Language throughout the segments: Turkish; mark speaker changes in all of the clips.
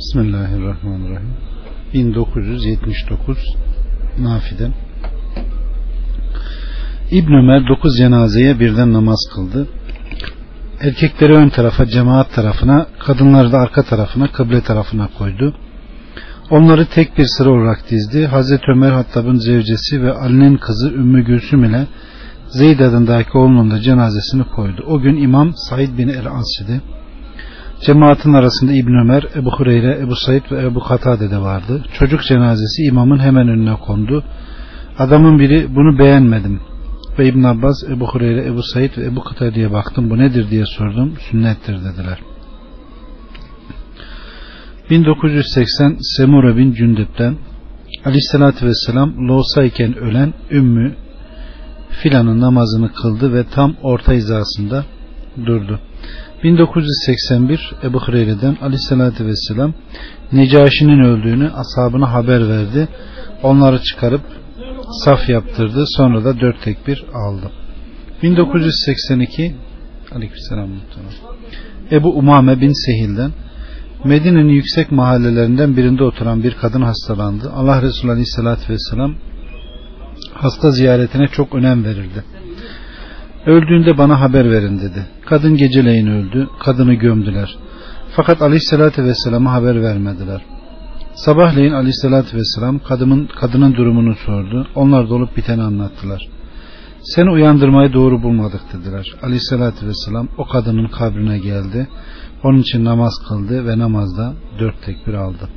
Speaker 1: Bismillahirrahmanirrahim. 1979 Nafi'den. İbn Ömer 9 cenazeye birden namaz kıldı. Erkekleri ön tarafa, cemaat tarafına, kadınları da arka tarafına, kıble tarafına koydu. Onları tek bir sıra olarak dizdi. Hazreti Ömer Hattab'ın zevcesi ve Ali'nin kızı Ümmü Gülsüm ile Zeyd adındaki oğlunun da cenazesini koydu. O gün İmam Said bin el-As'idi. Cemaatin arasında İbn Ömer, Ebu Hureyre, Ebu Said ve Ebu Katade de vardı. Çocuk cenazesi imamın hemen önüne kondu. Adamın biri bunu beğenmedim. Ve İbn Abbas, Ebu Hureyre, Ebu Said ve Ebu Katade'ye baktım. Bu nedir diye sordum. Sünnettir dediler. 1980 Semure bin Cündep'ten Aleyhisselatü Vesselam loğsayken ölen Ümmü filanın namazını kıldı ve tam orta hizasında durdu. 1981 Ebu Hureyre'den Aleyhisselatü Vesselam Necaşi'nin öldüğünü ashabına haber verdi. Onları çıkarıp saf yaptırdı. Sonra da 4 tekbir aldı. 1982 Aleykümselam Ebu Umame bin Sehil'den Medine'nin yüksek mahallelerinden birinde oturan bir kadın hastalandı. Allah Resulü Aleyhisselatü Vesselam hasta ziyaretine çok önem verirdi. Öldüğünde bana haber verin dedi. Kadın geceleyin öldü. Kadını gömdüler. Fakat Aleyhisselatü Vesselam'a haber vermediler. Sabahleyin Aleyhisselatü Vesselam kadının durumunu sordu. Onlar da olup biteni anlattılar. Seni uyandırmayı doğru bulmadık dediler. Aleyhisselatü Vesselam o kadının kabrine geldi. Onun için namaz kıldı ve namazda 4 tekbir aldı.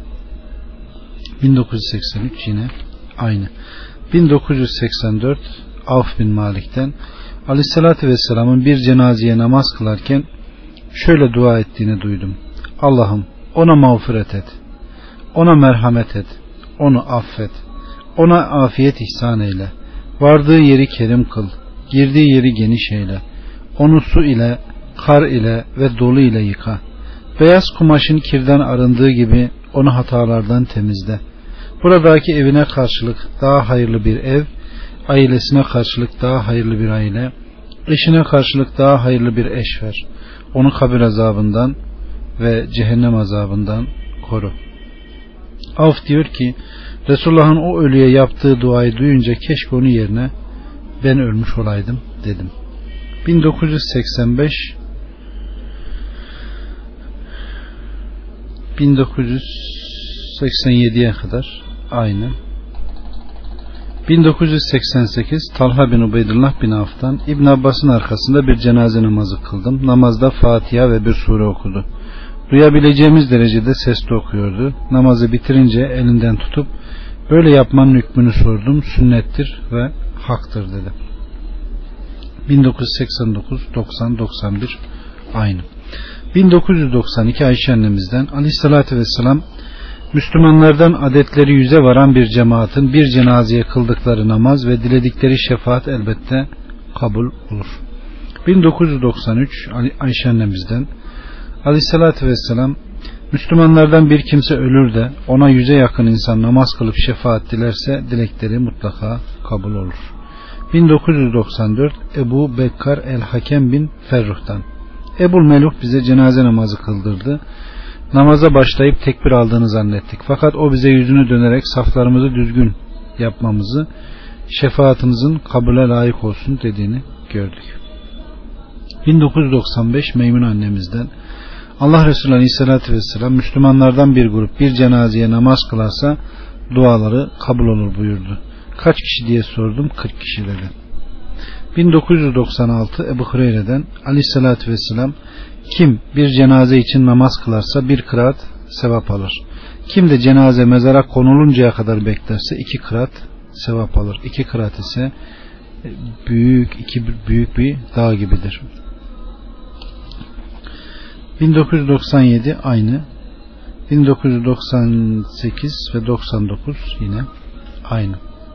Speaker 1: 1983 yine aynı. 1984 Avf bin Malik'ten Aleyhisselatü Vesselam'ın bir cenazeye namaz kılarken şöyle dua ettiğini duydum. Allah'ım ona mağfiret et. Ona merhamet et. Onu affet. Ona afiyet ihsan eyle. Vardığı yeri kerim kıl. Girdiği yeri geniş eyle. Onu su ile, kar ile ve dolu ile yıka. Beyaz kumaşın kirden arındığı gibi onu hatalardan temizle. Buradaki evine karşılık daha hayırlı bir ev, ailesine karşılık daha hayırlı bir aile, eşine karşılık daha hayırlı bir eş ver. Onu kabir azabından ve cehennem azabından koru. Avf diyor ki Resulullah'ın o ölüye yaptığı duayı duyunca keşke onun yerine ben ölmüş olaydım dedim. 1985 1987'ye kadar aynı. 1988 Talha bin Ubeydullah bin Avf'tan İbn Abbas'ın arkasında bir cenaze namazı kıldım. Namazda Fatiha ve bir sure okudu. Duyabileceğimiz derecede sesli okuyordu. Namazı bitirince elinden tutup böyle yapmanın hükmünü sordum. Sünnettir ve haktır dedi. 1989 90 91 aynı. 1992 Ayşe annemizden Aleyhisselatü Vesselam Müslümanlardan adetleri 100'e varan bir cemaatin bir cenazeye kıldıkları namaz ve diledikleri şefaat elbette kabul olur. 1993 Ayşe annemizden Aleyhisselatü Vesselam Müslümanlardan bir kimse ölür de ona 100'e yakın insan namaz kılıp şefaat dilerse dilekleri mutlaka kabul olur. 1994 Ebu Bekkar el-Hakem bin Ferruh'tan Ebul Meluh bize cenaze namazı kıldırdı. Namaza başlayıp tekbir aldığını zannettik. Fakat o bize yüzünü dönerek saflarımızı düzgün yapmamızı, şefaatimizin kabule layık olsun dediğini gördük. 1995 Meymune annemizden Allah Resulü Aleyhisselatü Vesselam Müslümanlardan bir grup bir cenazeye namaz kılarsa duaları kabul olur buyurdu. Kaç kişi diye sordum. 40 kişi dedi. 1996 Ebu Hureyre'den Aleyhisselatü Vesselam kim bir cenaze için namaz kılarsa bir kıraat sevap alır. Kim de cenaze mezara konuluncaya kadar beklerse 2 kıraat sevap alır. 2 kıraat ise büyük bir dağ gibidir. 1997 aynı. 1998 ve 99 yine aynı.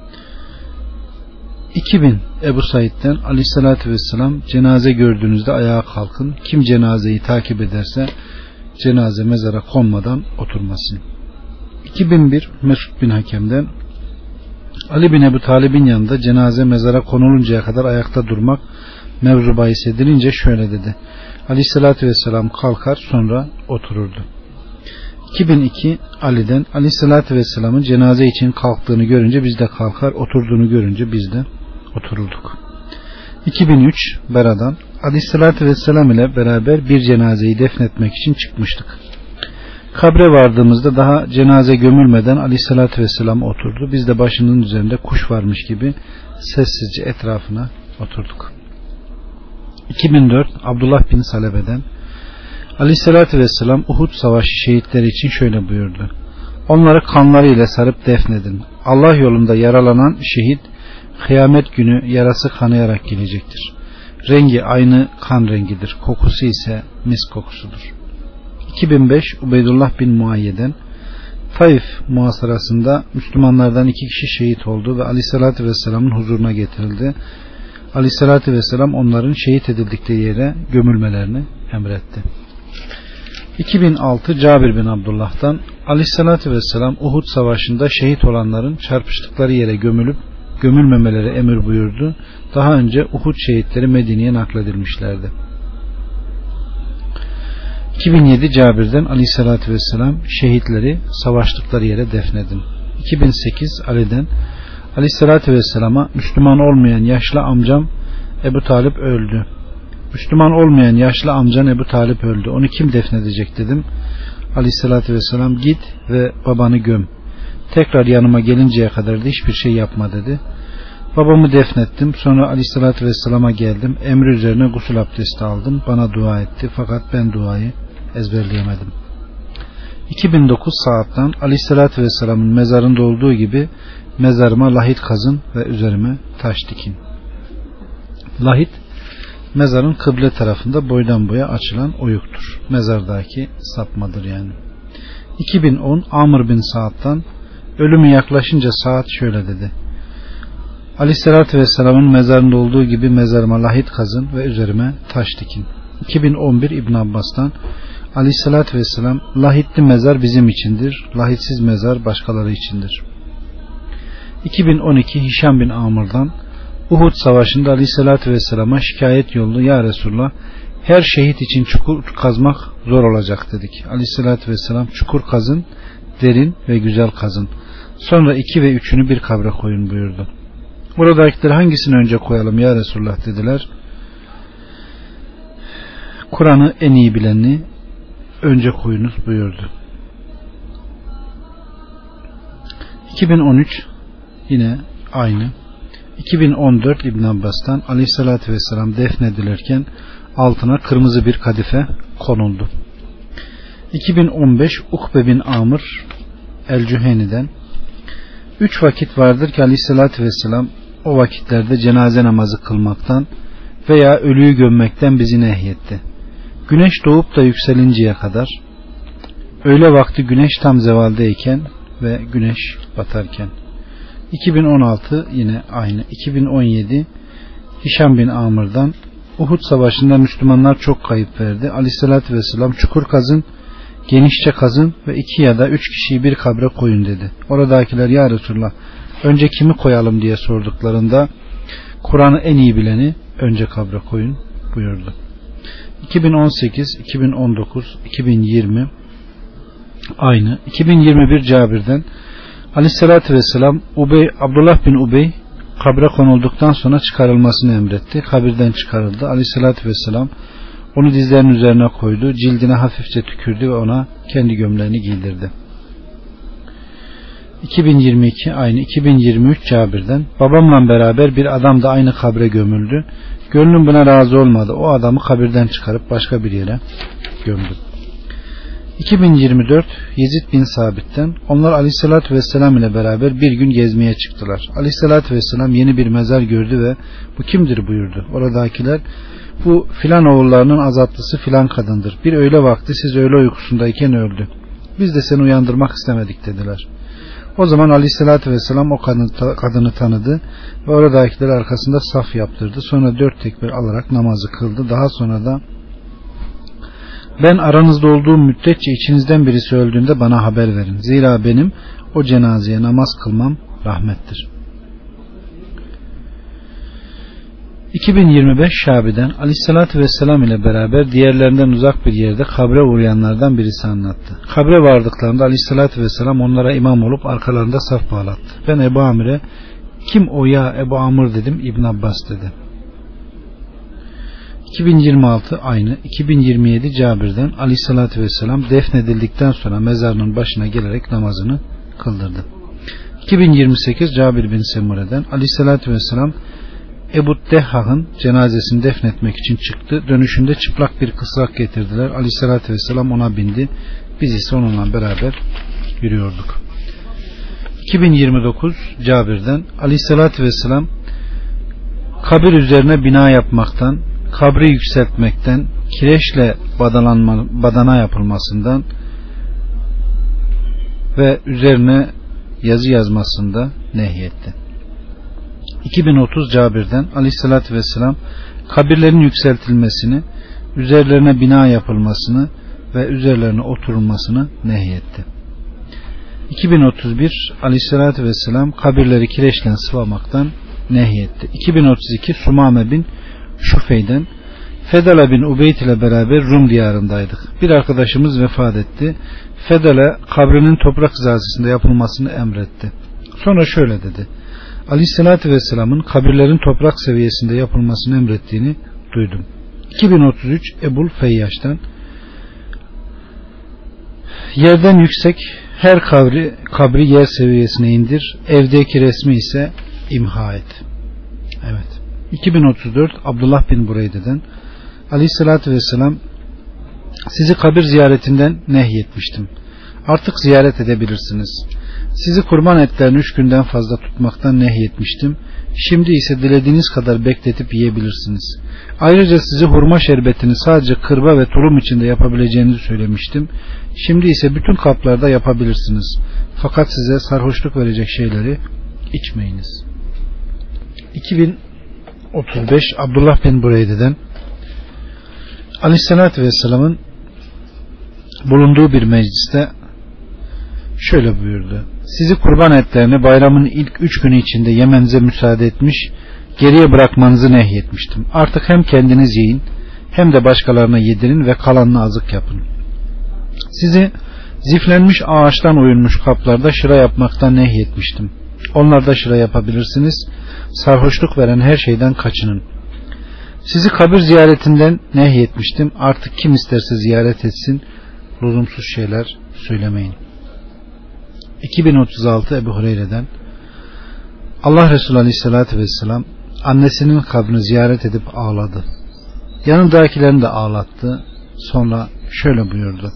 Speaker 1: 2000 Ebu Said'den Aleyhisselatü Vesselam cenaze gördüğünüzde ayağa kalkın. Kim cenazeyi takip ederse cenaze mezara konmadan oturmasın. 2001 Mesud bin Hakem'den Ali bin Ebu Talib'in yanında cenaze mezara konuluncaya kadar ayakta durmak mevzu bahis edilince şöyle dedi. Aleyhissalatü vesselam kalkar sonra otururdu. 2002 Ali'den Aleyhisselatü Vesselam'ın cenaze için kalktığını görünce biz de kalkar, oturduğunu görünce biz de otururduk. 2003 Bera'dan Aleyhisselatü Vesselam ile beraber bir cenazeyi defnetmek için çıkmıştık. Kabre vardığımızda daha cenaze gömülmeden Aleyhisselatü Vesselam oturdu. Biz de başının üzerinde kuş varmış gibi sessizce etrafına oturduk. 2004 Abdullah bin Salebe'den Aleyhisselatü Vesselam Uhud Savaşı şehitleri için şöyle buyurdu: onları kanlarıyla sarıp defnedin. Allah yolunda yaralanan şehit kıyamet günü yarası kanayarak gelecektir. Rengi aynı kan rengidir. Kokusu ise mis kokusudur. 2005 Ubeydullah bin Muayye'den Taif muhasarasında Müslümanlardan 2 kişi şehit oldu ve Aleyhisselatü Vesselam'ın huzuruna getirildi. Aleyhisselatü Vesselam onların şehit edildikleri yere gömülmelerini emretti. 2006 Cabir bin Abdullah'tan Aleyhisselatü Vesselam Uhud Savaşı'nda şehit olanların çarpıştıkları yere gömülüp gömülmemeleri emir buyurdu. Daha önce Uhud şehitleri Medine'ye nakledilmişlerdi. 2007 Cabir'den Aleyhisselatü Vesselam şehitleri savaştıkları yere defnedin. 2008 Ali'den Aleyhisselatü Vesselam'a Müslüman olmayan yaşlı amcam Ebu Talip öldü. Müslüman olmayan yaşlı amcan Ebu Talip öldü. Onu kim defnedecek dedim. Aleyhisselatü Vesselam git ve babanı göm. Tekrar yanıma gelinceye kadar da hiçbir şey yapma dedi. Babamı defnettim. Sonra Aleyhisselatü Vesselam'a geldim. Emri üzerine gusül abdesti aldım. Bana dua etti. Fakat ben duayı ezberleyemedim. 2009 Sa'd'dan Aleyhisselatü Vesselam'ın mezarında olduğu gibi mezarıma lahit kazın ve üzerime taş dikin. Lahit mezarın kıble tarafında boydan boya açılan oyuktur. Mezardaki sapmadır yani. 2010 Amr bin Sa'd'dan ölümü yaklaşınca Sa'd şöyle dedi: Aleyhisselatü Vesselam'ın mezarında olduğu gibi mezarıma lahit kazın ve üzerime taş dikin. 2011 İbn Abbas'tan Aleyhisselatü Vesselam lahitli mezar bizim içindir, lahitsiz mezar başkaları içindir. 2012 Hişam bin Amr'dan Uhud Savaşı'nda Aleyhisselatü Vesselam'a şikayet yollu: ya Resulullah, her şehit için çukur kazmak zor olacak dedik. Aleyhisselatü Vesselam çukur kazın, derin ve güzel kazın. Sonra 2 ve 3'ünü bir kabre koyun buyurdu. Buradakileri hangisini önce koyalım ya Resulullah dediler. Kur'an'ı en iyi bileni önce koyunuz buyurdu. 2013 yine aynı. 2014 İbn Abbas'tan Aleyhisselatü Vesselam defnedilirken altına kırmızı bir kadife konuldu. 2015 Ukbe bin Amr El-Cüheni'den 3 vakit vardır ki Aleyhisselatü Vesselam o vakitlerde cenaze namazı kılmaktan veya ölüyü gömmekten bizi nehyetti. Güneş doğup da yükselinceye kadar, öğle vakti güneş tam zevaldeyken ve güneş batarken. 2016 yine aynı. 2017 Hişam bin Amr'dan Uhud Savaşı'nda Müslümanlar çok kayıp verdi. Aleyhisselatü Vesselam çukur kazın, genişçe kazın ve 2 ya da 3 kişiyi bir kabre koyun dedi. Oradakiler ya Resulullah önce kimi koyalım diye sorduklarında Kur'an'ı en iyi bileni önce kabre koyun buyurdu. 2018, 2019, 2020 aynı. 2021 Cabir'den Aleyhisselatü Vesselam Abdullah bin Ubey kabre konulduktan sonra çıkarılmasını emretti. Kabirden çıkarıldı. Aleyhisselatü Vesselam onu dizlerinin üzerine koydu. Cildine hafifçe tükürdü ve ona kendi gömleğini giydirdi. 2022 aynı. 2023 Cabir'den babamla beraber bir adam da aynı kabre gömüldü. Gönlüm buna razı olmadı. O adamı kabirden çıkarıp başka bir yere gömdü. 2024 Yezid bin Sabit'ten onlar Aleyhisselatü Vesselam ile beraber bir gün gezmeye çıktılar. Aleyhisselatü Vesselam yeni bir mezar gördü ve bu kimdir buyurdu. Oradakiler bu filan oğullarının azatlısı filan kadındır. Bir öğle vakti siz öğle uykusundayken öldü. Biz de seni uyandırmak istemedik dediler. O zaman Aleyhisselatü Vesselam o kadını tanıdı ve oradakiler arkasında saf yaptırdı. Sonra 4 tekbir alarak namazı kıldı. Daha sonra da ben aranızda olduğum müddetçe içinizden birisi öldüğünde bana haber verin. Zira benim o cenazeye namaz kılmam rahmettir. 2025 Şabi'den Aleyhisselatü Vesselam ile beraber diğerlerinden uzak bir yerde kabre uğrayanlardan birisi anlattı. Kabre vardıklarında Aleyhisselatü Vesselam onlara imam olup arkalarında saf bağlattı. Ben Ebu Amir'e kim o ya Ebu Amr dedim. İbn Abbas dedi. 2026 aynı. 2027 Cabir'den Aleyhisselatü Vesselam defnedildikten sonra mezarının başına gelerek namazını kıldırdı. 2028 Cabir bin Semure'den Aleyhisselatü Vesselam Ebu Dehhah'ın cenazesini defnetmek için çıktı. Dönüşünde çıplak bir kısrak getirdiler. Aleyhisselatü Vesselam ona bindi. Biz ise onunla beraber yürüyorduk. 2029 Cabir'den Aleyhisselatü Vesselam kabir üzerine bina yapmaktan, kabri yükseltmekten, kireçle badana yapılmasından ve üzerine yazı yazmasında nehyetti. 2030 Cabir'den Aleyhisselatü Vesselam kabirlerin yükseltilmesini, üzerlerine bina yapılmasını ve üzerlerine oturulmasını nehyetti. 2031 Aleyhisselatü Vesselam kabirleri kireçle sıvamaktan nehyetti. 2032 Sumame bin Şufey'den Fedala bin Ubeyd ile beraber Rum diyarındaydık. Bir arkadaşımız vefat etti. Fedala kabrinin toprak hizasında yapılmasını emretti. Sonra şöyle dedi: Aleyhisselatü Vesselam'ın kabirlerin toprak seviyesinde yapılmasını emrettiğini duydum. 2033 Ebul Feyyaş'tan yerden yüksek her kabri yer seviyesine indir. Evdeki resmi ise imha et. Evet. 2034 Abdullah bin Bureyde'den Aleyhisselatü Vesselam sizi kabir ziyaretinden nehyetmiştim. Artık ziyaret edebilirsiniz. Sizi kurban etlerini 3 günden fazla tutmaktan nehyetmiştim. Şimdi ise dilediğiniz kadar bekletip yiyebilirsiniz. Ayrıca sizi hurma şerbetini sadece kırba ve tulum içinde yapabileceğinizi söylemiştim. Şimdi ise bütün kaplarda yapabilirsiniz. Fakat size sarhoşluk verecek şeyleri içmeyiniz. 2035 Abdullah bin Bureyde'den Aleyhisselatü Vesselam'ın bulunduğu bir mecliste şöyle buyurdu: sizi kurban etlerini bayramın ilk 3 günü içinde yemenize müsaade etmiş, geriye bırakmanızı nehyetmiştim. Artık hem kendiniz yiyin hem de başkalarına yedirin ve kalanını azık yapın. Sizi ziflenmiş ağaçtan oyulmuş kaplarda şıra yapmaktan nehyetmiştim. Onlarda şıra yapabilirsiniz. Sarhoşluk veren her şeyden kaçının. Sizi kabir ziyaretinden nehyetmiştim. Artık kim isterse ziyaret etsin. Lüzumsuz şeyler söylemeyin. 2036 Ebu Hureyre'den Allah Resulü Aleyhisselatü Vesselam annesinin kabrini ziyaret edip ağladı. Yanındakilerini de ağlattı. Sonra şöyle buyurdu: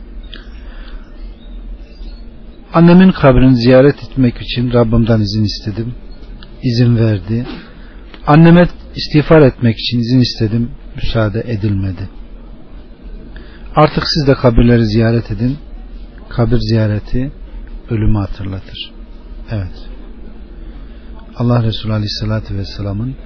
Speaker 1: annemin kabrini ziyaret etmek için Rabbimden izin istedim. İzin verdi. Anneme istiğfar etmek için izin istedim. Müsaade edilmedi. Artık siz de kabirleri ziyaret edin. Kabir ziyareti ölümü hatırlatır. Evet. Allah Resulü Aleyhisselatü Vesselam'ın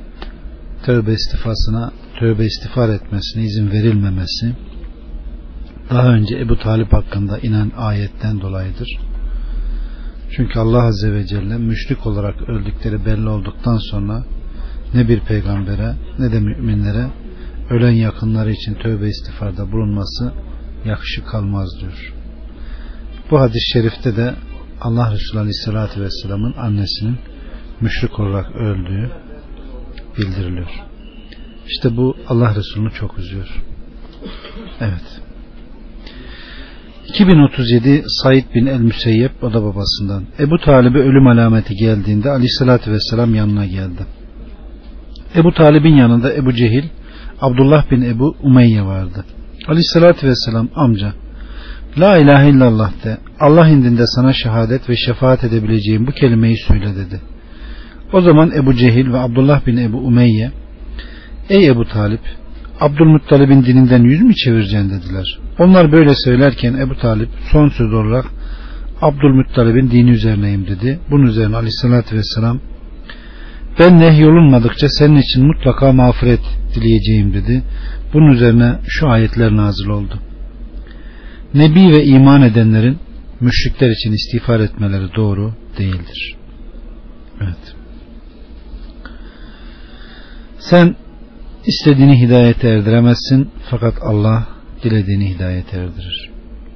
Speaker 1: tövbe istiğfar etmesine izin verilmemesi daha önce Ebu Talip hakkında inen ayetten dolayıdır. Çünkü Allah Azze ve Celle müşrik olarak öldükleri belli olduktan sonra ne bir peygambere ne de müminlere ölen yakınları için tövbe istiğfarda bulunması yakışık kalmaz diyor. Bu hadis-i şerifte de Allah Resulü Aleyhisselatü Vesselam'ın annesinin müşrik olarak öldüğü bildiriliyor. İşte bu Allah Resulü'nü çok üzüyor. Evet. 2037 Said bin el-Müseyyep, o da babasından. Ebu Talib'e ölüm alameti geldiğinde Aleyhisselatü Vesselam yanına geldi. Ebu Talib'in yanında Ebu Cehil, Abdullah bin Ebu Umeyye vardı. Aleyhisselatü Vesselam, amca La ilahe illallah de, Allah indinde sana şehadet ve şefaat edebileceğim bu kelimeyi söyle dedi. O zaman Ebu Cehil ve Abdullah bin Ebu Umeyye, ey Ebu Talip, Abdülmuttalib'in dininden yüz mü çevireceksin dediler. Onlar böyle söylerken Ebu Talip son söz olarak Abdülmuttalib'in dini üzerineyim dedi. Bunun üzerine Aleyhisselatü Vesselam, ben nehyolunmadıkça senin için mutlaka mağfiret dileyeceğim dedi. Bunun üzerine şu ayetler nazil oldu. Nebi ve iman edenlerin müşrikler için istiğfar etmeleri doğru değildir. Evet. Sen İstediğini hidayete erdiremezsin fakat Allah dilediğini hidayete erdirir.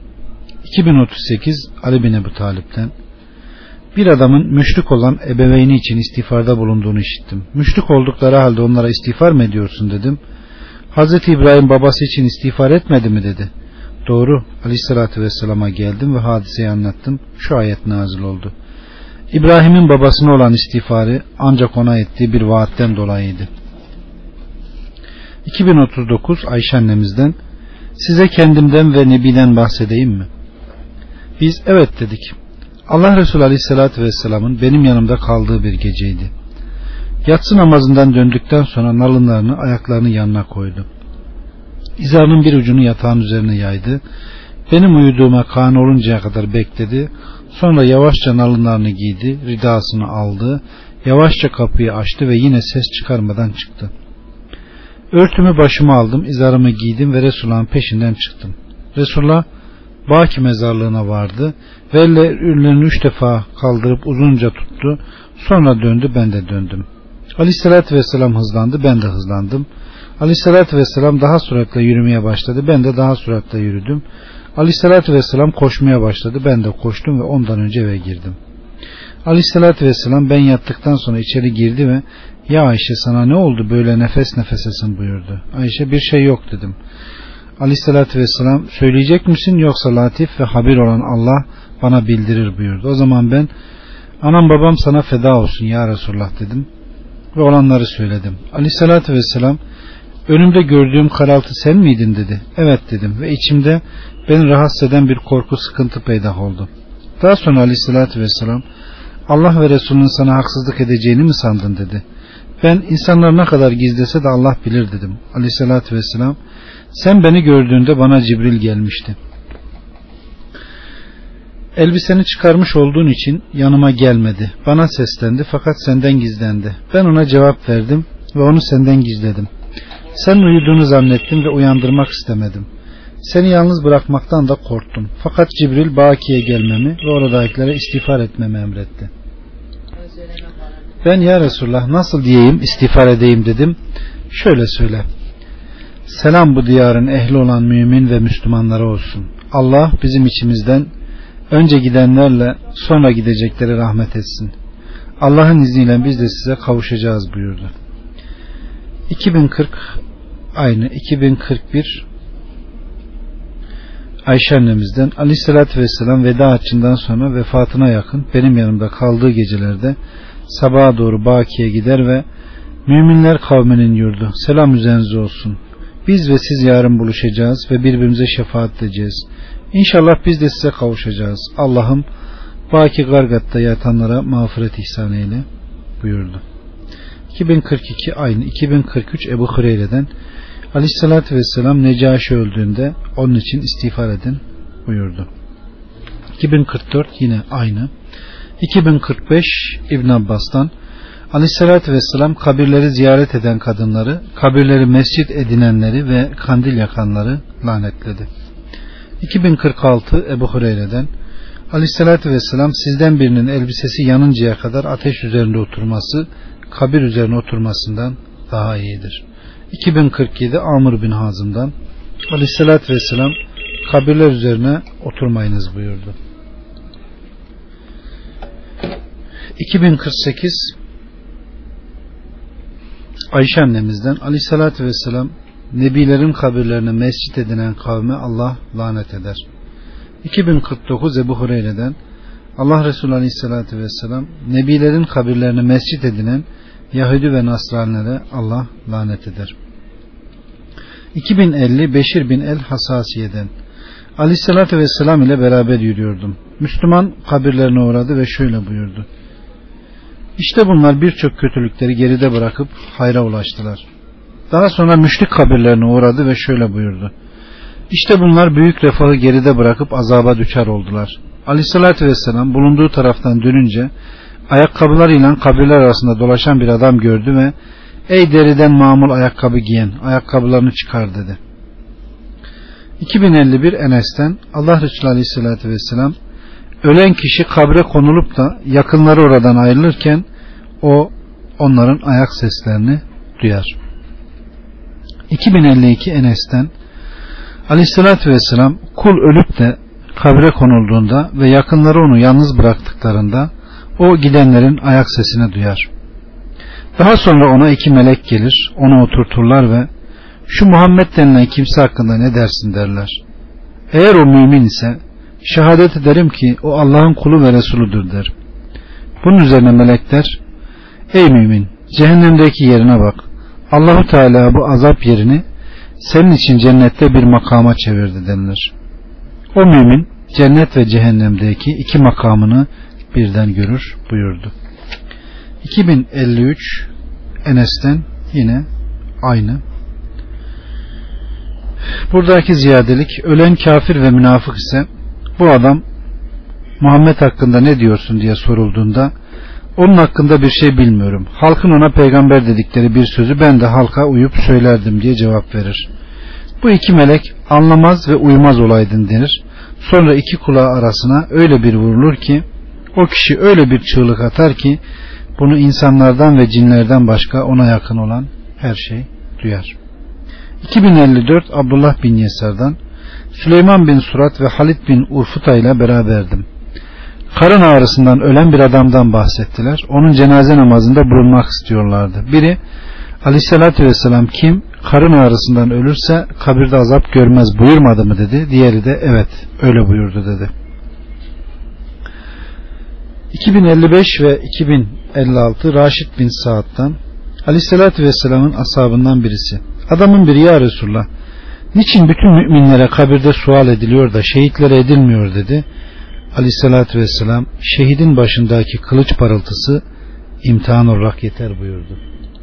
Speaker 1: 2038 Ali bin Ebu Talip'ten: bir adamın müşrik olan ebeveyni için istiğfarda bulunduğunu işittim. Müşrik oldukları halde onlara istiğfar mı ediyorsun dedim. Hazreti İbrahim babası için istiğfar etmedi mi dedi. Doğru. Aleyhissalatü vesselama geldim ve hadiseyi anlattım. Şu ayet nazil oldu. İbrahim'in babasına olan istiğfarı ancak ona ettiği bir vaatten dolayıydı. 2039 Ayşe annemizden: size kendimden ve Nebi'den bahsedeyim mi? Biz evet dedik. Allah Resulü Aleyhisselatü Vesselam'ın benim yanımda kaldığı bir geceydi. Yatsı namazından döndükten sonra nalınlarını ayaklarını yanına koydu. İzarının bir ucunu yatağın üzerine yaydı. Benim uyuduğuma kan oluncaya kadar bekledi. Sonra yavaşça nalınlarını giydi, ridasını aldı, yavaşça kapıyı açtı ve yine ses çıkarmadan çıktı. Örtümü başıma aldım, izarımı giydim ve Resulullah'ın peşinden çıktım. Resulullah Baki mezarlığına vardı ve ellerini 3 defa kaldırıp uzunca tuttu. Sonra döndü, ben de döndüm. Aleyhissalatü vesselam hızlandı, ben de hızlandım. Aleyhissalatü vesselam daha süratle yürümeye başladı, ben de daha süratle yürüdüm. Aleyhissalatü vesselam koşmaya başladı, ben de koştum ve ondan önce eve girdim. Aleyhissalatü vesselam ben yattıktan sonra içeri girdi ve ya Ayşe sana ne oldu böyle nefes nefesesin buyurdu. Ayşe bir şey yok dedim. Aleyhissalatü vesselam söyleyecek misin yoksa latif ve habir olan Allah bana bildirir buyurdu. O zaman ben anam babam sana feda olsun ya Resulullah dedim ve olanları söyledim. Aleyhissalatü vesselam önümde gördüğüm karaltı sen miydin dedi. Evet dedim ve içimde beni rahatsız eden bir korku sıkıntı peydah oldu. Daha sonra Aleyhissalatü vesselam Allah ve Resulünün sana haksızlık edeceğini mi sandın dedi. Ben insanlar ne kadar gizlese de Allah bilir dedim. Aleyhissalatü vesselam sen beni gördüğünde bana Cibril gelmişti. Elbiseni çıkarmış olduğun için yanıma gelmedi. Bana seslendi fakat senden gizlendi. Ben ona cevap verdim ve onu senden gizledim. Sen uyuduğunu zannettim ve uyandırmak istemedim. Seni yalnız bırakmaktan da korktum. Fakat Cibril Baki'ye gelmemi ve oradakilere istiğfar etmemi emretti. Ben ya Resulullah nasıl diyeyim istiğfar edeyim dedim. Şöyle söyle. Selam bu diyarın ehli olan mümin ve Müslümanlara olsun. Allah bizim içimizden önce gidenlerle sonra gidecekleri rahmet etsin. Allah'ın izniyle biz de size kavuşacağız buyurdu. 2040 aynı 2041 Ayşe annemizden Aleyhisselatü Vesselam veda haccından sonra vefatına yakın benim yanımda kaldığı gecelerde sabaha doğru Baki'ye gider ve müminler kavminin yurdu selam üzerinize olsun. Biz ve siz yarın buluşacağız ve birbirimize şefaat edeceğiz. İnşallah biz de size kavuşacağız. Allah'ım Baki Gargat'ta yatanlara mağfiret ihsan eyle buyurdu. 2042 aynı 2043 Ebu Hureyre'den Aleyhissalatü Vesselam Necaşi öldüğünde onun için istiğfar edin buyurdu. 2044 yine aynı 2045 İbn Abbas'tan Aleyhissalatü Vesselam kabirleri ziyaret eden kadınları, kabirleri mescit edinenleri ve kandil yakanları lanetledi. 2046 Ebu Hureyre'den Aleyhissalatü Vesselam sizden birinin elbisesi yanıncaya kadar ateş üzerinde oturması kabir üzerine oturmasından daha iyidir. 2047 Amr bin Hazım'dan Aleyhissalatü Vesselam kabirler üzerine oturmayınız buyurdu. 2048 Ayşe annemizden Aleyhissalatü Vesselam Nebilerin kabirlerine mescit edinen kavme Allah lanet eder. 2049 Ebu Hureyre'den Allah Resulü Aleyhissalatü Vesselam Nebilerin kabirlerine mescit edinen Yahudi ve Nasranilere Allah lanet eder. 2050 Beşir bin el-Hasasiye'den Aleyhissalatü Vesselam ile beraber yürüyordum. Müslüman kabirlerine uğradı ve şöyle buyurdu. İşte bunlar birçok kötülükleri geride bırakıp hayra ulaştılar. Daha sonra müşrik kabirlerine uğradı ve şöyle buyurdu. İşte bunlar büyük refahı geride bırakıp azaba düçar oldular. Aleyhissalatü Vesselam bulunduğu taraftan dönünce ayakkabılarıyla kabirler arasında dolaşan bir adam gördü ve ey deriden mamul ayakkabı giyen ayakkabılarını çıkar dedi. 2051 Enes'ten Allah Resulü Aleyhissalatü Vesselam ölen kişi kabre konulup da yakınları oradan ayrılırken o onların ayak seslerini duyar. 2052 Enes'ten Aleyhisselatü Vesselam kul ölüp de kabre konulduğunda ve yakınları onu yalnız bıraktıklarında o gidenlerin ayak sesini duyar. Daha sonra ona 2 melek gelir, onu oturturlar ve şu Muhammed denilen kimse hakkında ne dersin derler. Eğer o mümin ise şehadet ederim ki o Allah'ın kulu ve Resuludur der. Bunun üzerine melekler, ey mümin, cehennemdeki yerine bak. Allahu Teala bu azap yerini senin için cennette bir makama çevirdi denilir. O mümin cennet ve cehennemdeki 2 makamını birden görür buyurdu. 2053 Enes'ten yine aynı. Buradaki ziyadelik, ölen kafir ve münafık ise bu adam Muhammed hakkında ne diyorsun diye sorulduğunda onun hakkında bir şey bilmiyorum. Halkın ona peygamber dedikleri bir sözü ben de halka uyup söylerdim diye cevap verir. Bu 2 melek anlamaz ve uymaz olaydın denir. Sonra 2 kulağı arasına öyle bir vurulur ki o kişi öyle bir çığlık atar ki bunu insanlardan ve cinlerden başka ona yakın olan her şey duyar. 2054 Abdullah bin Yesar'dan Süleyman bin Surat ve Halid bin Urfuta ile beraberdim. Karın ağrısından ölen bir adamdan bahsettiler. Onun cenaze namazında bulunmak istiyorlardı. Biri Aleyhisselatü Vesselam kim karın ağrısından ölürse kabirde azap görmez buyurmadı mı dedi. Diğeri de evet öyle buyurdu dedi. 2055 ve 2056 Raşid bin Saad'dan Aleyhisselatü Vesselam'ın ashabından birisi. Adamın biri ya Resulullah niçin bütün müminlere kabirde sual ediliyor da şehitlere edilmiyor dedi. Aleyhissalatü vesselam şehidin başındaki kılıç parıltısı imtihan olarak yeter buyurdu.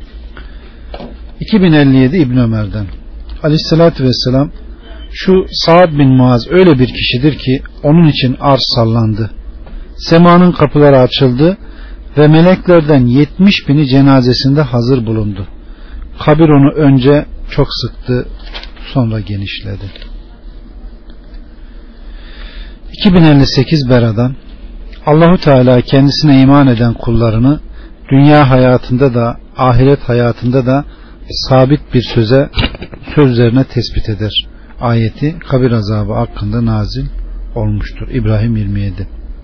Speaker 1: 2057 İbn Ömer'den Aleyhissalatü vesselam şu Sa'd bin Muaz öyle bir kişidir ki onun için arş sallandı. Semanın kapıları açıldı ve meleklerden 70.000'i cenazesinde hazır bulundu. Kabir onu önce çok sıktı, sonra genişledi. 2058 Bera'dan Allahu Teala kendisine iman eden kullarını dünya hayatında da ahiret hayatında da sabit bir söz üzerine tespit eder. Ayeti kabir azabı hakkında nazil olmuştur. İbrahim 27.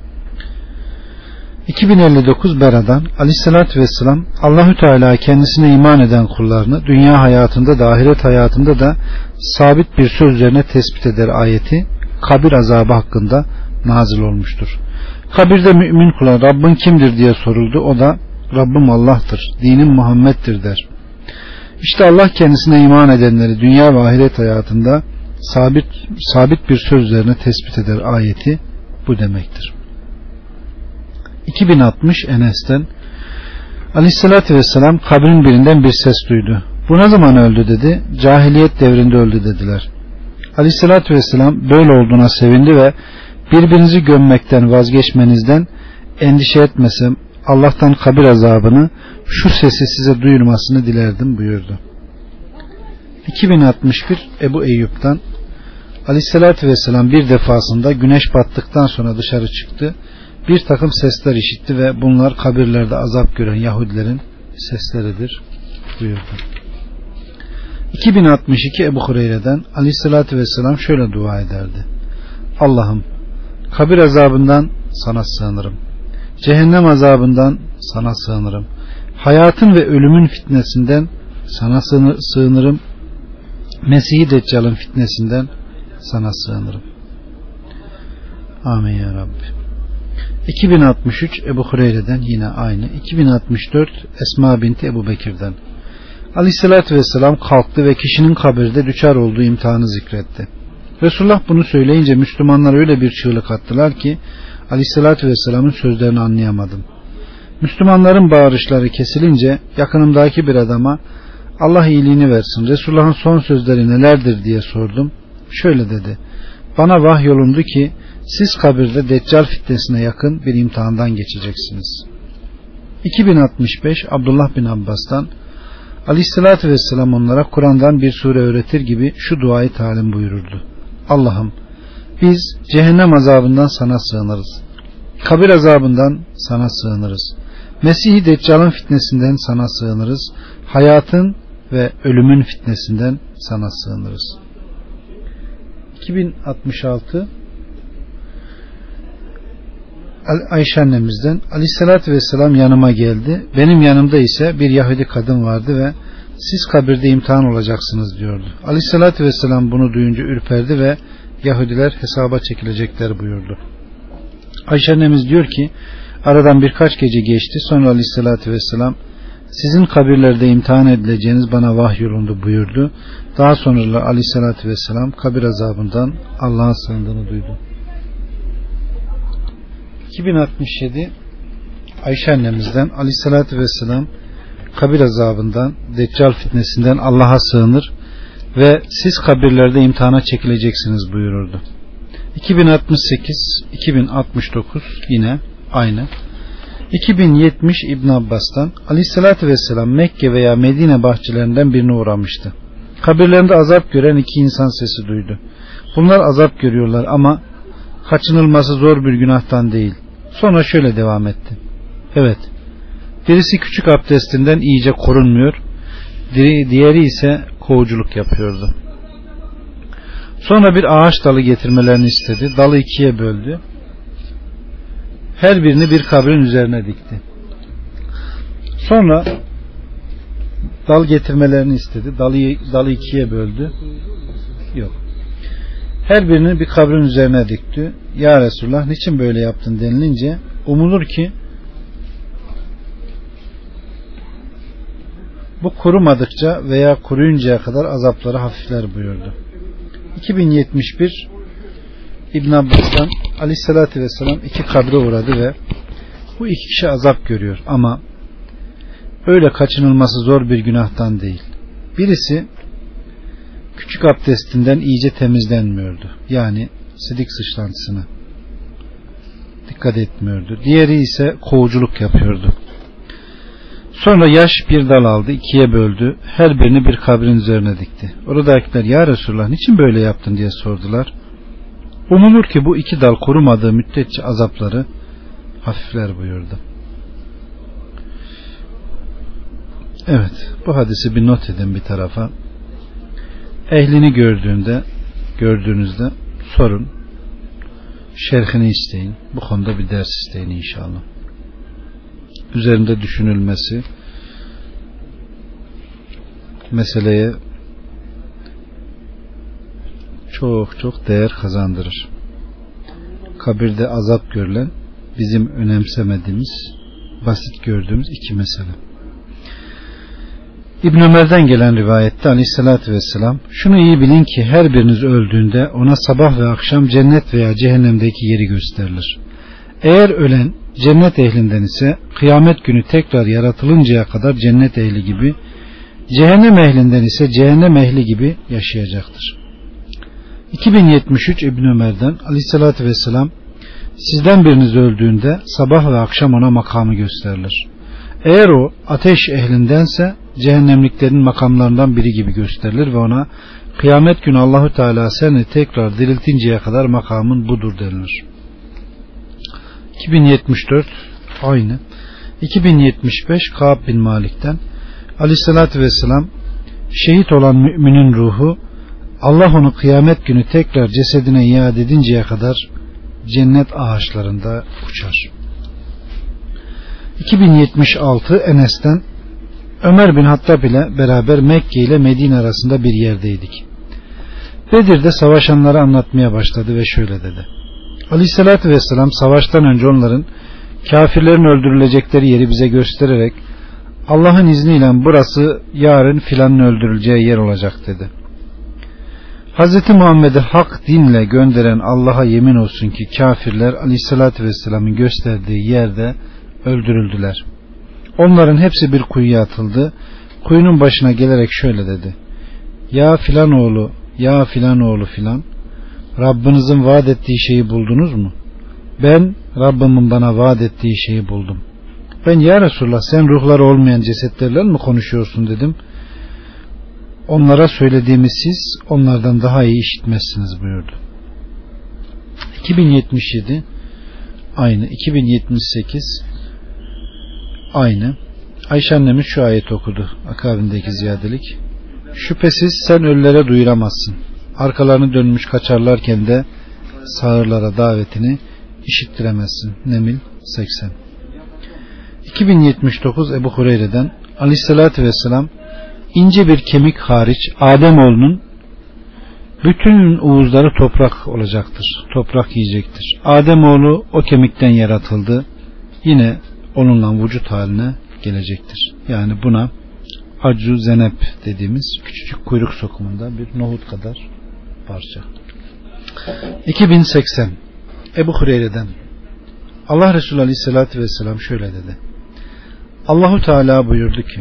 Speaker 1: 2059 Bera'dan Aleyhisselatü Vesselam Allahu Teala kendisine iman eden kullarını dünya hayatında da ahiret hayatında da sabit bir söz üzerine tespit eder ayeti kabir azabı hakkında nazil olmuştur. Kabirde mümin kula Rabbin kimdir diye soruldu. O da Rabbim Allah'tır, dinim Muhammed'dir der. İşte Allah kendisine iman edenleri dünya ve ahiret hayatında sabit bir söz üzerine tespit eder ayeti bu demektir. 2060 Enes'ten Aleyhisselatü Vesselam kabrin birinden bir ses duydu. Bu ne zaman öldü dedi. Cahiliyet devrinde öldü dediler. Aleyhisselatü Vesselam böyle olduğuna sevindi ve birbirinizi gömmekten vazgeçmenizden endişe etmesem Allah'tan kabir azabını şu sesi size duyurmasını dilerdim buyurdu. 2061 Ebu Eyyub'dan Aleyhisselatü Vesselam bir defasında güneş battıktan sonra dışarı çıktı. Bir takım sesler işitti ve bunlar kabirlerde azap gören Yahudilerin sesleridir buyurdu. 2062 Ebu Hureyre'den Aleyhisselatü Vesselam şöyle dua ederdi. Allah'ım kabir azabından sana sığınırım. Cehennem azabından sana sığınırım. Hayatın ve ölümün fitnesinden sana sığınırım. Mesih-i Deccal'ın fitnesinden sana sığınırım. Amin ya Rabbi. 2063 Ebu Hureyre'den yine aynı. 2064 Esma binti Ebu Bekir'den Aleyhisselatü Vesselam kalktı ve kişinin kabirde düçar olduğu imtihanı zikretti. Resulullah bunu söyleyince Müslümanlar öyle bir çığlık attılar ki Aleyhisselatü Vesselam'ın sözlerini anlayamadım. Müslümanların bağırışları kesilince yakınımdaki bir adama Allah iyiliğini versin, Resulullah'ın son sözleri nelerdir diye sordum. Şöyle dedi. Bana vahyolundu ki siz kabirde Deccal fitnesine yakın bir imtihandan geçeceksiniz. 2065 Abdullah bin Abbas'tan Aleyhisselatü Vesselam onlara Kur'an'dan bir sure öğretir gibi şu duayı talim buyururdu. Allah'ım biz cehennem azabından sana sığınırız. Kabir azabından sana sığınırız. Mesih-i Deccal'ın fitnesinden sana sığınırız. Hayatın ve ölümün fitnesinden sana sığınırız. 2066 Ayşe annemizden, Aleyhisselatü Vesselam yanıma geldi. Benim yanımda ise bir Yahudi kadın vardı ve siz kabirde imtihan olacaksınız diyordu. Aleyhisselatü Vesselam bunu duyunca ürperdi ve Yahudiler hesaba çekilecekler buyurdu. Ayşe annemiz diyor ki, aradan birkaç gece geçti. Sonra Aleyhisselatü Vesselam, sizin kabirlerde imtihan edileceğiniz bana vahyolundu buyurdu. Daha sonra Aleyhisselatü Vesselam kabir azabından Allah'a sığındığını duydu. 2067 Ayşe annemizden, Aleyhisselatü Vesselam kabir azabından, Deccal fitnesinden Allah'a sığınır ve siz kabirlerde imtihana çekileceksiniz buyururdu. 2068 2069 yine aynı. 2070 İbn Abbas'tan, Aleyhisselatü Vesselam Mekke veya Medine bahçelerinden birine uğramıştı. Kabirlerinde azap gören iki insan sesi duydu. Bunlar azap görüyorlar ama kaçınılması zor bir günahtan değil. Sonra şöyle devam etti. Evet, birisi küçük abdestinden iyice korunmuyor, diğeri ise kovuculuk yapıyordu. Sonra bir ağaç dalı getirmelerini istedi. Dalı ikiye böldü. Her birini bir kabrin üzerine dikti. Sonra dal getirmelerini istedi. Dalı ikiye böldü. Yok. Her birini bir kabrin üzerine dikti. Ya Resulullah, niçin böyle yaptın denilince, umulur ki bu kurumadıkça veya kuruyuncaya kadar azapları hafifler buyurdu. 2071 İbn Abbas'tan, Aleyhisselatü Vesselam iki kabre uğradı ve bu iki kişi azap görüyor ama öyle kaçınılması zor bir günahtan değil. Birisi küçük abdestinden iyice temizlenmiyordu. Yani sidik sıçrantısına dikkat etmiyordu. Diğeri ise kovuculuk yapıyordu. Sonra yaş bir dal aldı, ikiye böldü. Her birini bir kabrin üzerine dikti. Oradakiler, ya Resulullah, niçin böyle yaptın diye sordular. Umulur ki bu iki dal kurumadığı müddetçe azapları hafifler buyurdu. Evet, bu hadisi bir not edin bir tarafa. Ehlini gördüğünüzde sorun, şerhini isteyin. Bu konuda bir ders isteyin inşallah. Üzerinde düşünülmesi meseleye çok değer kazandırır. Kabirde azap görülen, bizim önemsemediğimiz, basit gördüğümüz iki mesele. İbn Ömer'den gelen rivayette Aleyhisselatü Vesselam, şunu iyi bilin ki her biriniz öldüğünde ona sabah ve akşam cennet veya cehennemdeki yeri gösterilir. Eğer ölen cennet ehlinden ise kıyamet günü tekrar yaratılıncaya kadar cennet ehli gibi, cehennem ehlinden ise cehennem ehli gibi yaşayacaktır. 2073 İbn Ömer'den, Aleyhisselatü Vesselam, sizden biriniz öldüğünde sabah ve akşam ona makamı gösterilir. Eğer o ateş ehlindense cehennemliklerin makamlarından biri gibi gösterilir ve ona kıyamet günü Allahu Teala seni tekrar diriltinceye kadar makamın budur denilir. 2074 aynı. 2075 Kâb bin Malik'ten, Aleyhisselatü Vesselam, şehit olan müminin ruhu Allah onu kıyamet günü tekrar cesedine iade edinceye kadar cennet ağaçlarında uçar. 2076 Enes'ten, Ömer bin Hattab ile beraber Mekke ile Medine arasında bir yerdeydik. Bedir'de savaşanları anlatmaya başladı ve şöyle dedi. Aleyhissalatü Vesselam savaştan önce onların, kafirlerin öldürülecekleri yeri bize göstererek, Allah'ın izniyle burası yarın filanın öldürüleceği yer olacak dedi. Hz. Muhammed'i hak dinle gönderen Allah'a yemin olsun ki kafirler Aleyhissalatü Vesselam'ın gösterdiği yerde öldürüldüler. Onların hepsi bir kuyuya atıldı. Kuyunun başına gelerek şöyle dedi. Ya filan oğlu, ya filan oğlu filan, Rabbinizin vaat ettiği şeyi buldunuz mu? Ben Rabbimin bana vaat ettiği şeyi buldum. Ben ya Resulullah, sen ruhları olmayan cesetlerle mi konuşuyorsun dedim. Onlara söylediğimi siz onlardan daha iyi işitmezsiniz buyurdu. 2077 aynı. 2078 aynı. Ayşe annemiz şu ayeti okudu. Akabindeki ziyadelik. Şüphesiz sen ölülere duyuramazsın. Arkalarını dönmüş kaçarlarken de sağırlara davetini işittiremezsin. Neml 80. 2079 Ebu Hureyre'den Aleyhisselatü Vesselam ince bir kemik hariç Ademoğlunun bütün uğuzları toprak olacaktır. Toprak yiyecektir. Ademoğlu o kemikten yaratıldı. Yine onunla vücut haline gelecektir. Yani buna acu zenep dediğimiz küçücük kuyruk sokumunda bir nohut kadar parça. 2080 Ebu Hureyre'den Allah Resulü Aleyhisselatü Vesselam şöyle dedi. Allahu Teala buyurdu ki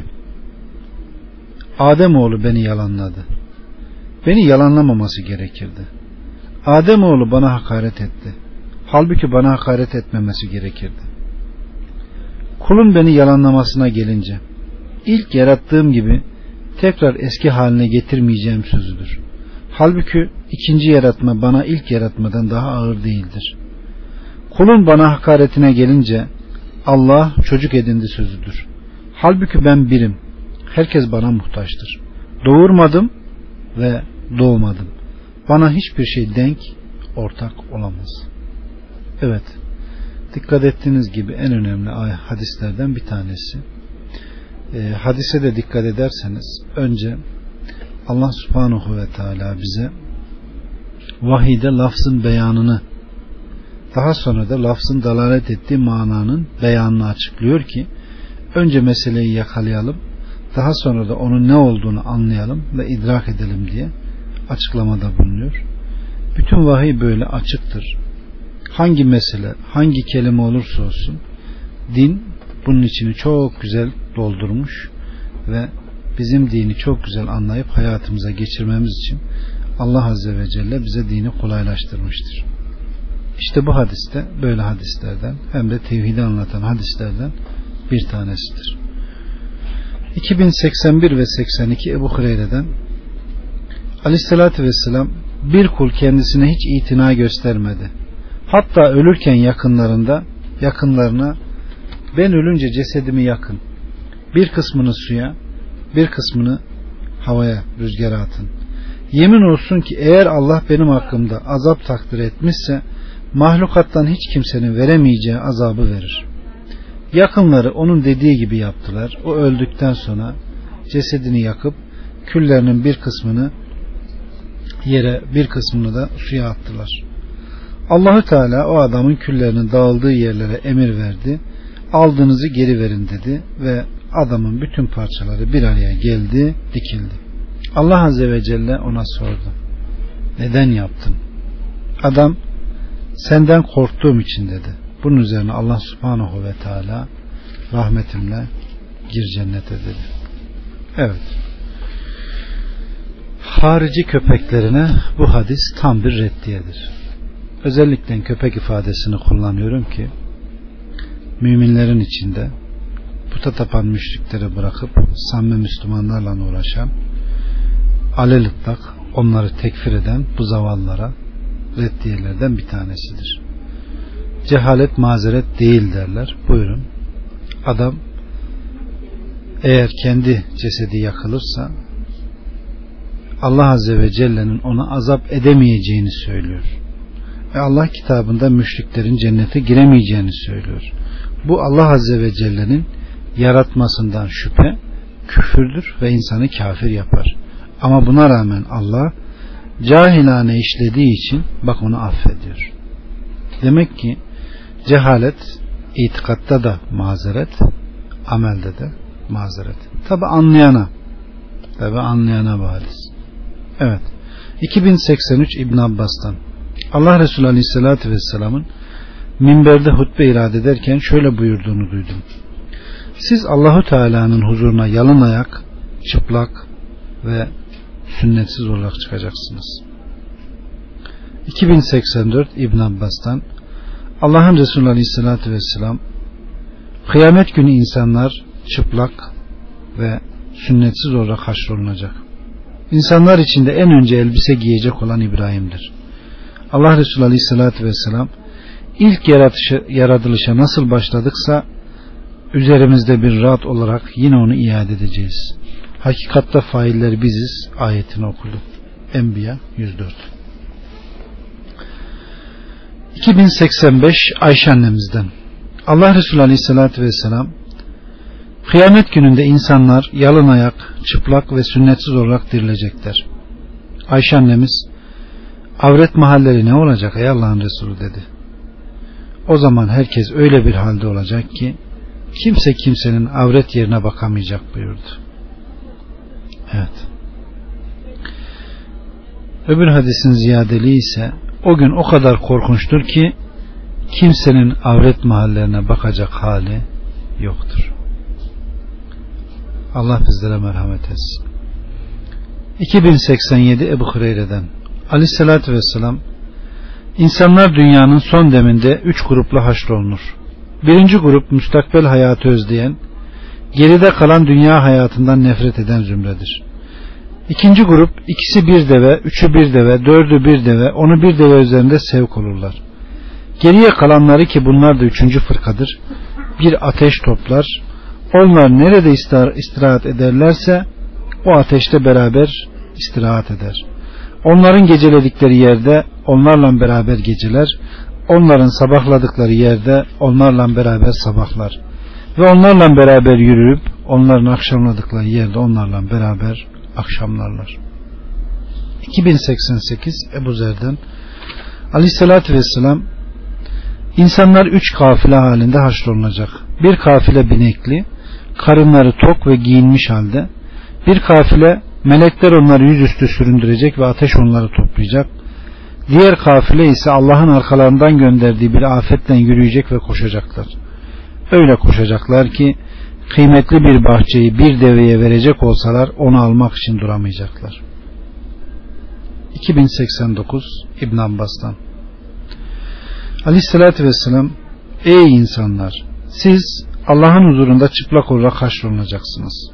Speaker 1: Ademoğlu beni yalanladı. Beni yalanlamaması gerekirdi. Ademoğlu bana hakaret etti. Halbuki bana hakaret etmemesi gerekirdi. Kulun beni yalanlamasına gelince ilk yarattığım gibi tekrar eski haline getirmeyeceğim sözüdür. Halbuki ikinci yaratma bana ilk yaratmadan daha ağır değildir. Kulun bana hakaretine gelince Allah çocuk edindi sözüdür. Halbuki ben birim. Herkes bana muhtaçtır. Doğurmadım ve doğmadım. Bana hiçbir şey denk, ortak olamaz. Evet. Dikkat ettiğiniz gibi en önemli hadislerden bir tanesi. Hadise de dikkat ederseniz önce Allah Subhanahu ve Teala bize vahide lafzın beyanını, daha sonra da lafzın dalalet ettiği mananın beyanını açıklıyor ki önce meseleyi yakalayalım, daha sonra da onun ne olduğunu anlayalım ve idrak edelim diye açıklamada bulunuyor. Bütün vahiy böyle açıktır. Hangi mesele, hangi kelime olursa olsun din bunun içini çok güzel doldurmuş ve bizim dini çok güzel anlayıp hayatımıza geçirmemiz için Allah Azze ve Celle bize dini kolaylaştırmıştır. İşte bu hadiste böyle hadislerden hem de tevhidi anlatan hadislerden bir tanesidir. 2081 ve 82 Ebu Hureyre'den Aleyhisselatü Vesselam bir kul kendisine hiç itina göstermedi. Hatta ölürken yakınlarına ben ölünce cesedimi yakın. Bir kısmını suya, bir kısmını havaya, rüzgara atın. Yemin olsun ki eğer Allah benim hakkımda azap takdir etmişse mahlukattan hiç kimsenin veremeyeceği azabı verir. Yakınları onun dediği gibi yaptılar. O öldükten sonra cesedini yakıp küllerinin bir kısmını yere, bir kısmını da suya attılar. Allahu Teala o adamın küllerinin dağıldığı yerlere emir verdi. Aldığınızı geri verin dedi ve adamın bütün parçaları bir araya geldi, dikildi. Allah Azze ve Celle ona sordu. Neden yaptın? Adam senden korktuğum için dedi. Bunun üzerine Allah Subhanahu ve Teala rahmetimle gir cennete dedi. Evet. Harici köpeklerine bu hadis tam bir reddiyedir. Özellikle köpek ifadesini kullanıyorum ki müminlerin içinde puta tapan müşrikleri bırakıp samimi Müslümanlarla uğraşan, alelütlak onları tekfir eden bu zavallara reddiyelerden bir tanesidir. Cehalet mazeret değil derler. Buyurun. Adam eğer kendi cesedi yakılırsa Allah Azze ve Celle'nin ona azap edemeyeceğini söylüyor. Ve Allah kitabında müşriklerin cennete giremeyeceğini söylüyor. Bu Allah Azze ve Celle'nin yaratmasından şüphe, küfürdür ve insanı kafir yapar. Ama buna rağmen Allah cahilane işlediği için bak onu affediyor. Demek ki cehalet itikatta da mazeret, amelde de mazeret. Tabi anlayana bu hadis. Evet. 2083 İbn Abbas'tan Allah Resulü Aleyhisselatü Vesselam'ın minberde hutbe irade ederken şöyle buyurduğunu duydum. Siz Allahu Teala'nın huzuruna yalın ayak, çıplak ve sünnetsiz olarak çıkacaksınız. 2084 İbn Abbas'tan Allah'ın Resulü Aleyhisselatü Vesselam kıyamet günü insanlar çıplak ve sünnetsiz olarak haşrolunacak. İnsanlar içinde en önce elbise giyecek olan İbrahim'dir. Allah Resulü Aleyhisselatü Vesselam ilk yaratılışa nasıl başladıksa üzerimizde bir rahat olarak yine onu iade edeceğiz. Hakikatte failler biziz ayetini okudu. Enbiya 104. 2085 Ayşe annemizden. Allah Resulü Aleyhisselatü Vesselam, kıyamet gününde insanlar yalın ayak, çıplak ve sünnetsiz olarak dirilecekler. Ayşe annemiz, avret mahalleri ne olacak ey Allah'ın Resulü dedi. O zaman herkes öyle bir halde olacak ki kimse kimsenin avret yerine bakamayacak buyurdu. Evet. Öbür hadisin ziyadeliği ise o gün o kadar korkunçtur ki kimsenin avret mahallerine bakacak hali yoktur. Allah bizlere merhamet etsin. 2087 Ebu Hureyre'den. Aleyhissalatü vesselam, insanlar dünyanın son deminde 3 grupla haşrolunur. Birinci grup müstakbel hayatı özleyen, geride kalan dünya hayatından nefret eden zümredir. İkinci grup, ikisi bir deve, üçü bir deve, dördü bir deve, onu bir deve üzerinde sevk olurlar. Geriye kalanları, ki bunlar da üçüncü fırkadır, bir ateş toplar. Onlar nerede istirahat ederlerse o ateşte beraber istirahat eder. Onların geceledikleri yerde onlarla beraber geceler, onların sabahladıkları yerde onlarla beraber sabahlar ve onlarla beraber yürüyüp onların akşamladıkları yerde onlarla beraber akşamlarlar. 2088 Ebu Zer'den. Aleyhissalatü vesselam, insanlar 3 kafile halinde haşrolunacak. Bir kafile binekli, karınları tok ve giyinmiş halde. Bir kafile, melekler onları yüzüstü süründürecek ve ateş onları toplayacak. Diğer kafile ise Allah'ın arkalarından gönderdiği bir afetle yürüyecek ve koşacaklar. Öyle koşacaklar ki kıymetli bir bahçeyi bir deveye verecek olsalar onu almak için duramayacaklar. 2089 İbn Abbas'tan. Aleyhissalatü vesselam, ey insanlar, siz Allah'ın huzurunda çıplak olarak haşrolunacaksınız.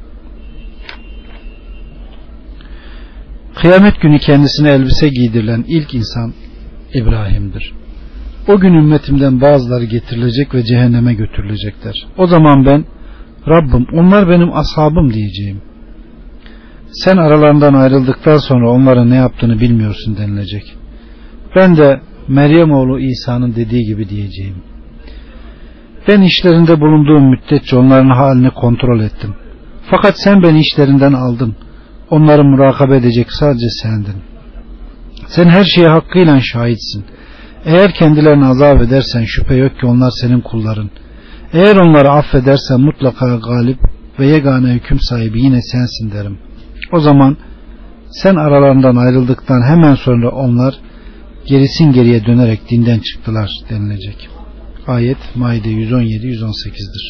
Speaker 1: Kıyamet günü kendisine elbise giydirilen ilk insan İbrahim'dir. O gün ümmetimden bazıları getirilecek ve cehenneme götürülecekler. O zaman ben, Rabbim onlar benim ashabım diyeceğim. Sen aralarından ayrıldıktan sonra onların ne yaptığını bilmiyorsun denilecek. Ben de Meryem oğlu İsa'nın dediği gibi diyeceğim. Ben işlerinde bulunduğum müddetçe onların halini kontrol ettim. Fakat sen beni işlerinden aldın. Onları murakabe edecek sadece sendin. Sen her şeye hakkıyla şahitsin. Eğer kendilerini azap edersen şüphe yok ki onlar senin kulların. Eğer onları affedersen mutlaka galip ve yegane hüküm sahibi yine sensin derim. O zaman sen aralarından ayrıldıktan hemen sonra onlar gerisin geriye dönerek dinden çıktılar denilecek. Ayet Maide 117-118'dir.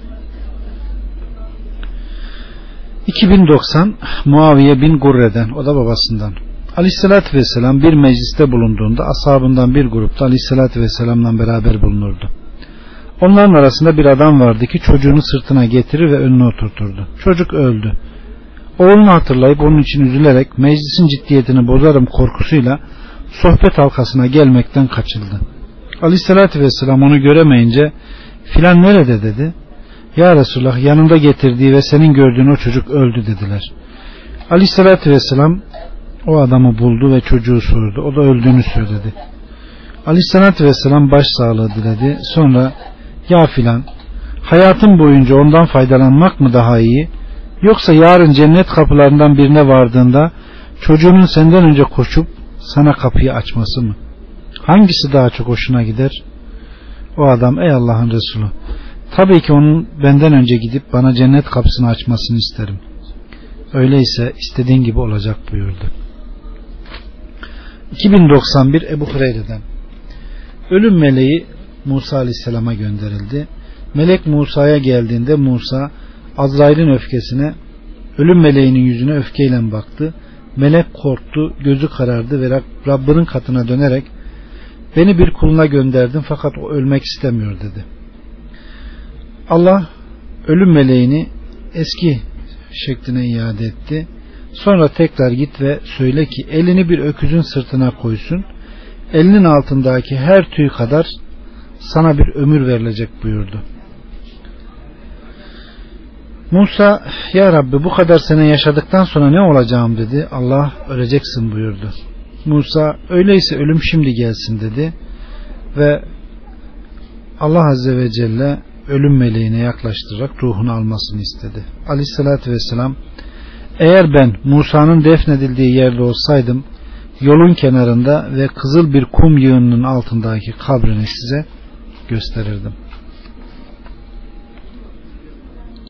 Speaker 1: 2090 Muaviye bin Gurre'den, o da babasından. Aleyhissalatü vesselam bir mecliste bulunduğunda ashabından bir grupta Aleyhissalatü vesselamla beraber bulunurdu. Onların arasında bir adam vardı ki çocuğunu sırtına getirir ve önüne oturturdu. Çocuk öldü. Oğlunu hatırlayıp onun için üzülerek meclisin ciddiyetini bozarım korkusuyla sohbet halkasına gelmekten kaçıldı. Aleyhissalatü vesselam onu göremeyince filan nerede dedi. Ya Resulullah, yanında getirdiği ve senin gördüğün o çocuk öldü dediler. Aleyhissalatü vesselam o adamı buldu ve çocuğu sordu. O da öldüğünü söyledi. Aleyhissalatü vesselam başsağlığı diledi. Sonra ya filan, hayatın boyunca ondan faydalanmak mı daha iyi, yoksa yarın cennet kapılarından birine vardığında çocuğunun senden önce koşup sana kapıyı açması mı? Hangisi daha çok hoşuna gider? O adam, ey Allah'ın Resulü, tabii ki onun benden önce gidip bana cennet kapısını açmasını isterim. Öyleyse istediğin gibi olacak buyurdu. 2091 Ebu Hureyre'den. Ölüm meleği Musa Aleyhisselam'a gönderildi. Melek Musa'ya geldiğinde Musa Azrail'in öfkesine, ölüm meleğinin yüzüne öfkeyle baktı. Melek korktu, gözü karardı ve Rabbinin katına dönerek beni bir kuluna gönderdin fakat o ölmek istemiyor dedi. Allah ölüm meleğini eski şekline iade etti. Sonra tekrar git ve söyle ki elini bir öküzün sırtına koysun. Elinin altındaki her tüy kadar sana bir ömür verilecek buyurdu. Musa, ya Rabbi bu kadar sene yaşadıktan sonra ne olacağım dedi. Allah, öleceksin buyurdu. Musa, öyleyse ölüm şimdi gelsin dedi ve Allah Azze ve Celle ölüm meleğine yaklaştırarak ruhunu almasını istedi. Aleyhissalatü vesselam, eğer ben Musa'nın defnedildiği yerde olsaydım yolun kenarında ve kızıl bir kum yığınının altındaki kabrini size gösterirdim.